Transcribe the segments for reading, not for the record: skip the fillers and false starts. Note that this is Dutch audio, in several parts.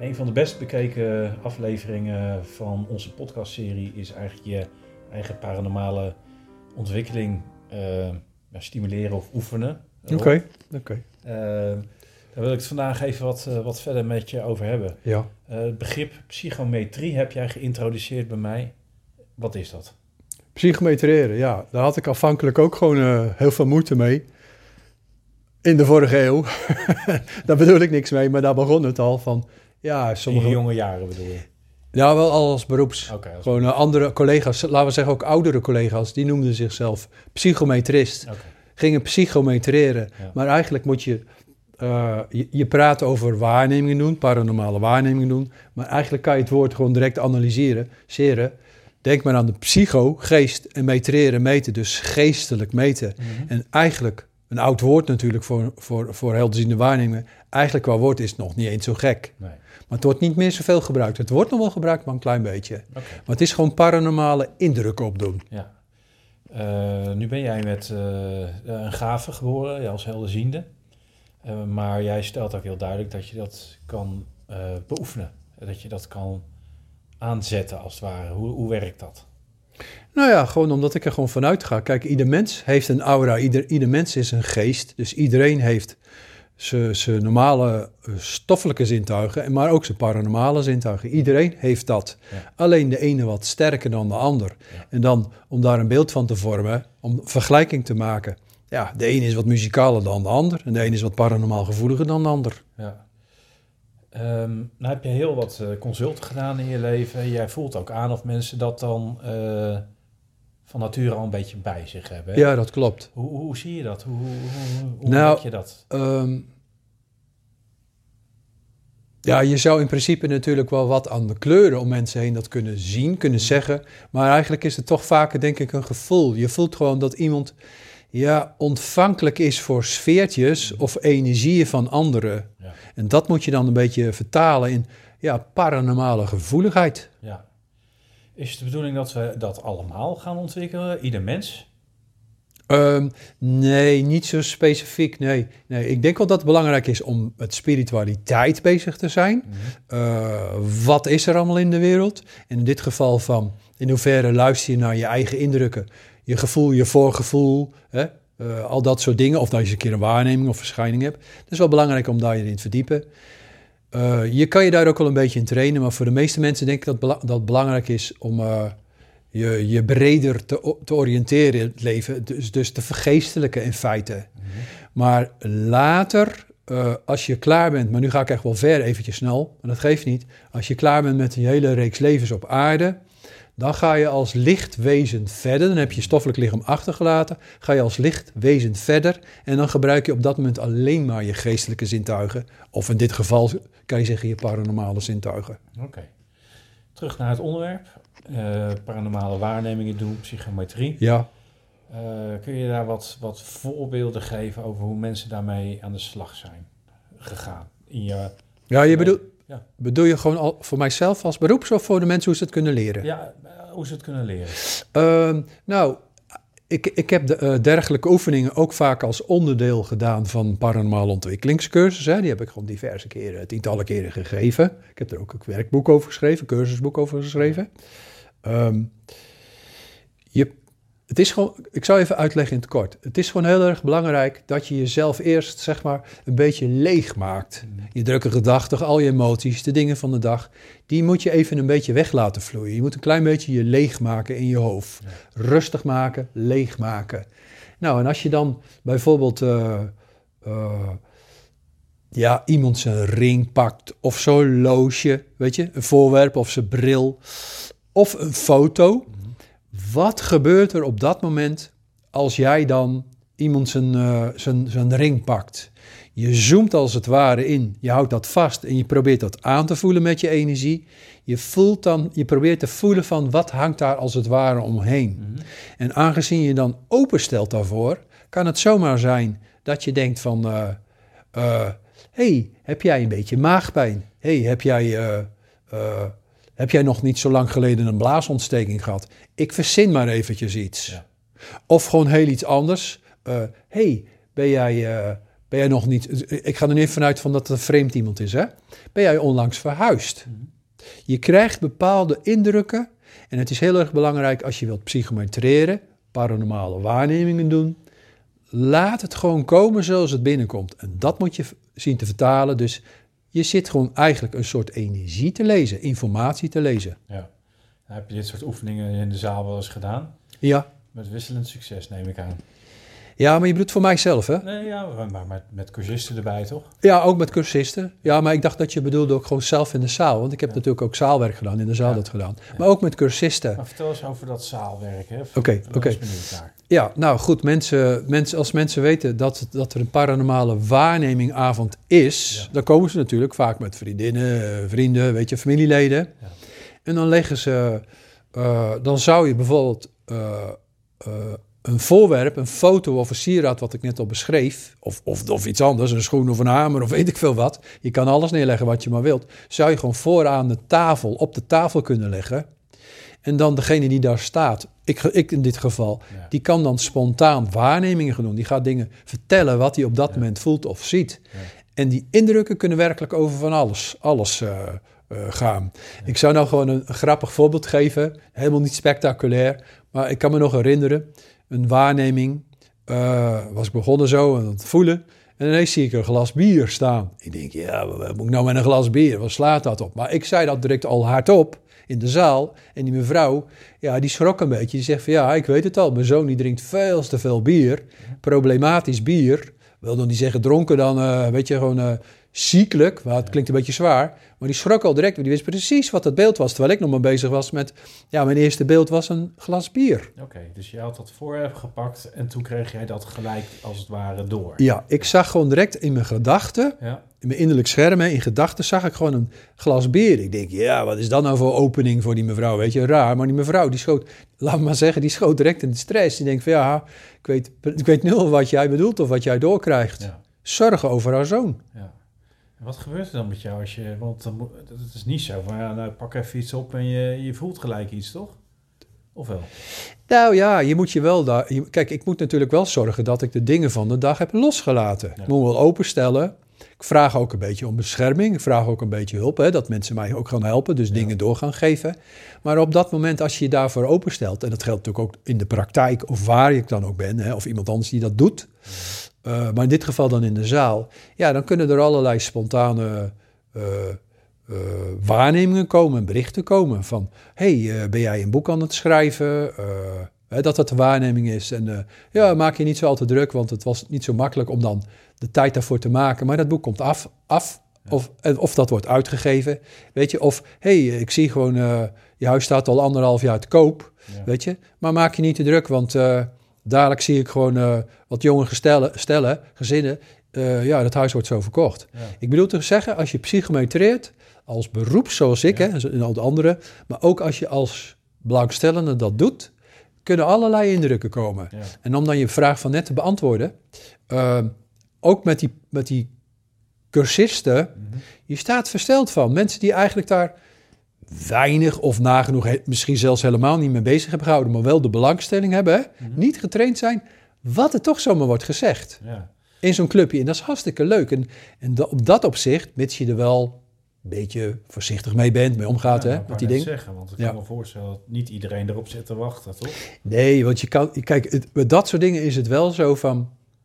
Een van de best bekeken afleveringen van onze podcastserie is eigenlijk je eigen paranormale ontwikkeling stimuleren of oefenen. Oké. Daar wil ik het vandaag even wat verder met je over hebben. Ja. Het begrip psychometrie heb jij geïntroduceerd bij mij. Wat is dat? Psychometreren, ja. Daar had ik aanvankelijk ook gewoon heel veel moeite mee. In de vorige eeuw. Daar bedoel ik niks mee, maar daar begon het al van... Ja, sommige... In je jonge jaren bedoel je? Ja, wel al als beroeps. Okay, gewoon andere collega's, laten we zeggen ook oudere collega's... die noemden zichzelf psychometrist. Okay. Gingen psychometreren. Ja. Maar eigenlijk moet je... je praat over waarnemingen doen, paranormale waarnemingen doen... maar eigenlijk kan je het woord gewoon direct analyseren. Denk maar aan de psycho, geest en metreren, meten. Dus geestelijk meten. Mm-hmm. En eigenlijk, een oud woord natuurlijk voor helderziende waarnemingen... eigenlijk qua woord is het nog niet eens zo gek. Nee. Maar het wordt niet meer zoveel gebruikt. Het wordt nog wel gebruikt, maar een klein beetje. Okay. Maar het is gewoon paranormale indruk opdoen. Ja. Nu ben jij met een gave geboren, als helderziende. Maar jij stelt ook heel duidelijk dat je dat kan beoefenen. Dat je dat kan aanzetten, als het ware. Hoe werkt dat? Nou ja, gewoon omdat ik er gewoon vanuit ga. Kijk, ieder mens heeft een aura. Ieder mens is een geest. Dus iedereen heeft zijn normale stoffelijke zintuigen, maar ook zijn paranormale zintuigen. Iedereen heeft dat. Ja. Alleen de ene wat sterker dan de ander. Ja. En dan, om daar een beeld van te vormen, om vergelijking te maken. Ja, de ene is wat muzikaler dan de ander. En de ene is wat paranormaal gevoeliger dan de ander. Ja. Nou heb je heel wat consulten gedaan in je leven. Jij voelt ook aan of mensen dat dan van nature al een beetje bij zich hebben. Hè? Ja, dat klopt. Hoe zie je dat? Hoe merk je dat? Ja, je zou in principe natuurlijk wel wat aan de kleuren om mensen heen dat kunnen zien, kunnen zeggen. Maar eigenlijk is het toch vaker, denk ik, een gevoel. Je voelt gewoon dat iemand ontvankelijk is voor sfeertjes of energieën van anderen. Ja. En dat moet je dan een beetje vertalen in paranormale gevoeligheid. Ja. Is het de bedoeling dat we dat allemaal gaan ontwikkelen, ieder mens? Nee, niet zo specifiek, nee. Ik denk wel dat het belangrijk is om met spiritualiteit bezig te zijn. Mm-hmm. Wat is er allemaal in de wereld? En in dit geval van, in hoeverre luister je naar je eigen indrukken? Je gevoel, je voorgevoel, al dat soort dingen. Of dat je eens een keer een waarneming of verschijning hebt. Het is wel belangrijk om daar je in te verdiepen. Je kan je daar ook wel een beetje in trainen. Maar voor de meeste mensen denk ik dat het belangrijk is om je breder te oriënteren in het leven. Dus te vergeestelijken in feite. Mm-hmm. Maar later, als je klaar bent... Maar nu ga ik echt wel ver, eventjes snel. Maar dat geeft niet. Als je klaar bent met die hele reeks levens op aarde... Dan ga je als lichtwezen verder. Dan heb je stoffelijk lichaam achtergelaten. Ga je als lichtwezen verder. En dan gebruik je op dat moment alleen maar je geestelijke zintuigen. Of in dit geval kan je zeggen je paranormale zintuigen. Oké. Terug naar het onderwerp. Paranormale waarnemingen doen, psychometrie. Ja. Kun je daar wat voorbeelden geven over hoe mensen daarmee aan de slag zijn gegaan? Bedoel je gewoon voor mijzelf als beroeps of voor de mensen hoe ze het kunnen leren? Ja, hoe ze het kunnen leren. Ik heb dergelijke oefeningen ook vaak als onderdeel gedaan van paranormale ontwikkelingscursussen. Die heb ik gewoon diverse keren, tientallen keren gegeven. Ik heb er ook een werkboek over geschreven, een cursusboek over geschreven. Het is gewoon, ik zal even uitleggen in het kort. Het is gewoon heel erg belangrijk dat je jezelf eerst, zeg maar, een beetje leeg maakt. Je drukke gedachten, al je emoties, de dingen van de dag, die moet je even een beetje weg laten vloeien. Je moet een klein beetje je leeg maken in je hoofd. Ja. Rustig maken, leeg maken. Nou, en als je dan bijvoorbeeld iemand zijn ring pakt of zo'n loosje, weet je, een voorwerp of zijn bril of een foto. Wat gebeurt er op dat moment als jij dan iemand zijn ring pakt? Je zoomt als het ware in, je houdt dat vast en je probeert dat aan te voelen met je energie. Je probeert te voelen van wat hangt daar als het ware omheen. Mm-hmm. En aangezien je dan openstelt daarvoor, kan het zomaar zijn dat je denkt van... heb jij een beetje maagpijn? Heb jij nog niet zo lang geleden een blaasontsteking gehad? Ik verzin maar eventjes iets. Ja. Of gewoon heel iets anders. Ben jij Ben jij nog niet... Ik ga er niet vanuit van dat het een vreemd iemand is, hè? Ben jij onlangs verhuisd? Je krijgt bepaalde indrukken. En het is heel erg belangrijk als je wilt psychometreren, paranormale waarnemingen doen. Laat het gewoon komen zoals het binnenkomt. En dat moet je zien te vertalen. Dus je zit gewoon eigenlijk een soort energie te lezen, informatie te lezen. Ja. Heb je dit soort oefeningen in de zaal wel eens gedaan? Ja. Met wisselend succes, neem ik aan. Ja, maar je bedoelt voor mijzelf, hè? Nee, ja, maar met cursisten erbij, toch? Ja, ook met cursisten. Ja, maar ik dacht dat je bedoelde ook gewoon zelf in de zaal. Want ik heb natuurlijk ook zaalwerk gedaan, in de zaal dat gedaan. Maar ook met cursisten. Maar vertel eens over dat zaalwerk, hè? Oké. Ja, nou goed, als mensen weten dat er een paranormale waarnemingavond is, dan komen ze natuurlijk vaak met vriendinnen, vrienden, weet je, familieleden. Ja. En dan leggen ze, dan zou je bijvoorbeeld een voorwerp, een foto of een sieraad, wat ik net al beschreef, of iets anders, een schoen of een hamer of weet ik veel wat. Je kan alles neerleggen wat je maar wilt. Zou je gewoon vooraan de tafel, op de tafel kunnen leggen. En dan degene die daar staat, ik in dit geval, die kan dan spontaan waarnemingen gaan doen. Die gaat dingen vertellen wat hij op dat moment voelt of ziet. Ja. En die indrukken kunnen werkelijk over van alles gaan. Ja. Ik zou nou gewoon een grappig voorbeeld geven. Helemaal niet spectaculair. Maar ik kan me nog herinneren, een waarneming. Was begonnen zo aan het voelen. En ineens zie ik een glas bier staan. Ik denk, ja, wat moet ik nou met een glas bier? Wat slaat dat op? Maar ik zei dat direct al hardop in de zaal. En die mevrouw, ja, die schrok een beetje. Die zegt van, ja, ik weet het al. Mijn zoon die drinkt veel te veel bier. Problematisch bier. Wil dan niet zeggen dronken dan, weet je, gewoon ziekelijk. Maar het klinkt een beetje zwaar. Maar die schrok al direct. Want die wist precies wat het beeld was. Terwijl ik nog maar bezig was met, ja, mijn eerste beeld was een glas bier. Oké, dus je had dat voorwerp gepakt en toen kreeg jij dat gelijk als het ware door. Ja, ik zag gewoon direct in mijn gedachten, in mijn innerlijk scherm, in gedachten zag ik gewoon een glas bier. Ik denk, ja, wat is dat nou voor opening voor die mevrouw? Weet je, raar. Maar die mevrouw, die schoot, laat me maar zeggen, die schoot direct in de stress. Die denkt van, ja, ik weet nul wat jij bedoelt of wat jij doorkrijgt. Ja. Zorgen over haar zoon. Ja. En wat gebeurt er dan met jou als je, want het is niet zo van, ja, nou, pak even iets op en je voelt gelijk iets, toch? Of wel? Nou ja, je moet je wel daar... Kijk, ik moet natuurlijk wel zorgen dat ik de dingen van de dag heb losgelaten. Ja. Ik moet wel openstellen. Ik vraag ook een beetje om bescherming. Ik vraag ook een beetje hulp, hè, dat mensen mij ook gaan helpen. Dus dingen door gaan geven. Maar op dat moment, als je je daarvoor openstelt... en dat geldt natuurlijk ook in de praktijk of waar ik dan ook ben... Hè, of iemand anders die dat doet... maar in dit geval dan in de zaal... ja, dan kunnen er allerlei spontane... waarnemingen komen, berichten komen van... hey, ben jij een boek aan het schrijven? Dat de waarneming is. En ja, maak je niet zo al te druk, want het was niet zo makkelijk om dan de tijd daarvoor te maken. Maar dat boek komt af of dat wordt uitgegeven, weet je. Of, hey, ik zie gewoon, je huis staat al 1,5 jaar te koop, weet je. Maar maak je niet te druk, want dadelijk zie ik gewoon wat jonge gezinnen... ja, dat huis wordt zo verkocht. Ja. Ik bedoel te zeggen, als je psychometreert... als beroep zoals ik, hè, en al de anderen... maar ook als je als belangstellende dat doet... kunnen allerlei indrukken komen. Ja. En om dan je vraag van net te beantwoorden... ook met die cursisten... je staat versteld van. Mensen die eigenlijk daar weinig of nagenoeg... misschien zelfs helemaal niet mee bezig hebben gehouden... maar wel de belangstelling hebben, hè, niet getraind zijn... wat er toch zomaar wordt gezegd. Ja. In zo'n clubje. En dat is hartstikke leuk. En op dat opzicht, mits je er wel een beetje voorzichtig mee bent, mee omgaat, hè, met die dingen. Zeggen, want ik kan me voorstellen dat niet iedereen erop zit te wachten, toch? Nee, want je kan, kijk, met dat soort dingen is het wel zo van,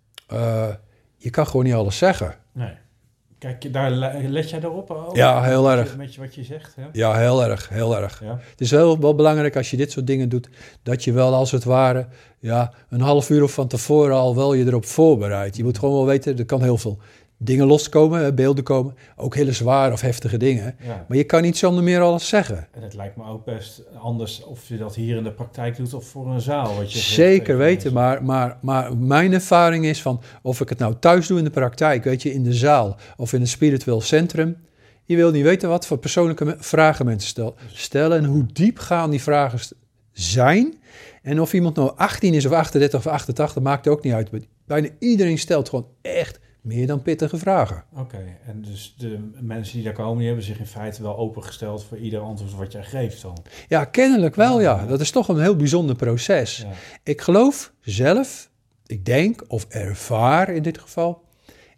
je kan gewoon niet alles zeggen. Nee. Kijk, daar let jij erop? Ook? Ja, heel erg. Met wat je zegt? Hè? Ja, heel erg, heel erg. Ja. Het is wel belangrijk als je dit soort dingen doet, dat je wel als het ware, ja, een half uur of van tevoren al wel je erop voorbereidt. Je moet gewoon wel weten, er kan heel veel dingen loskomen, beelden komen, ook hele zware of heftige dingen. Ja. Maar je kan niet zonder meer alles zeggen. En het lijkt me ook best anders of je dat hier in de praktijk doet of voor een zaal. Wat je zeker weten, maar mijn ervaring is van of ik het nou thuis doe in de praktijk, weet je, in de zaal of in een spiritueel centrum. Je wil niet weten wat voor persoonlijke vragen mensen stellen en hoe diep gaan die vragen zijn. En of iemand nou 18 is of 38 of 88, maakt ook niet uit. Bijna iedereen stelt gewoon echt meer dan pittige vragen. Oké, en dus de mensen die daar komen, die hebben zich in feite wel opengesteld voor ieder antwoord wat jij geeft dan? Ja, kennelijk wel, ja. Dat is toch een heel bijzonder proces. Ja. Ik geloof zelf, ik denk of ervaar in dit geval,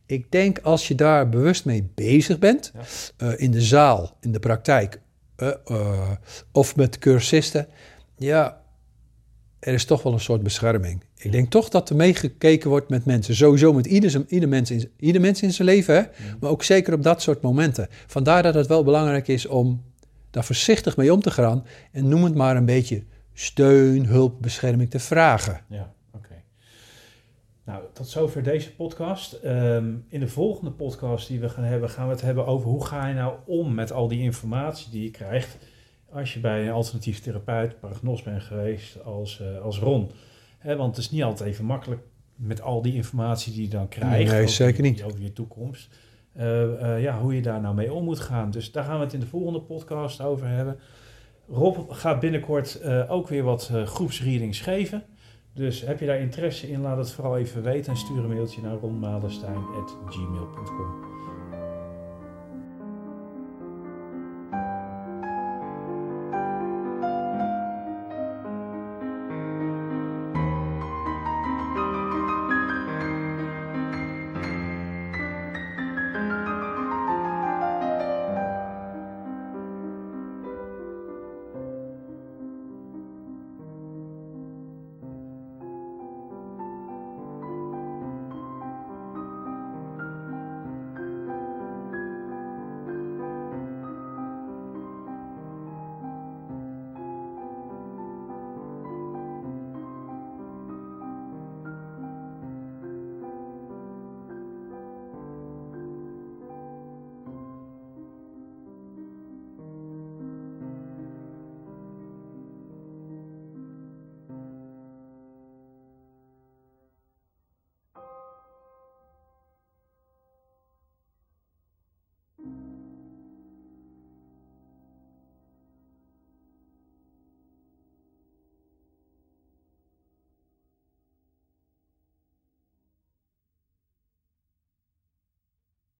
Ik denk als je daar bewust mee bezig bent, in de zaal, in de praktijk of met cursisten, ja, er is toch wel een soort bescherming. Ik denk toch dat er meegekeken wordt met mensen. Sowieso met ieder mens in zijn leven, hè? Maar ook zeker op dat soort momenten. Vandaar dat het wel belangrijk is om daar voorzichtig mee om te gaan en noem het maar een beetje steun, hulp, bescherming te vragen. Ja, oké. Nou, tot zover deze podcast. In de volgende podcast die we gaan we het hebben over hoe ga je nou om met al die informatie die je krijgt als je bij een alternatief therapeut, paragnos bent geweest als Ron. Want het is niet altijd even makkelijk met al die informatie die je dan krijgt. Nee, zeker niet. Over je toekomst. Hoe je daar nou mee om moet gaan. Dus daar gaan we het in de volgende podcast over hebben. Rob gaat binnenkort ook weer wat groepsreadings geven. Dus heb je daar interesse in, laat het vooral even weten en stuur een mailtje naar ronmalenstein@gmail.com.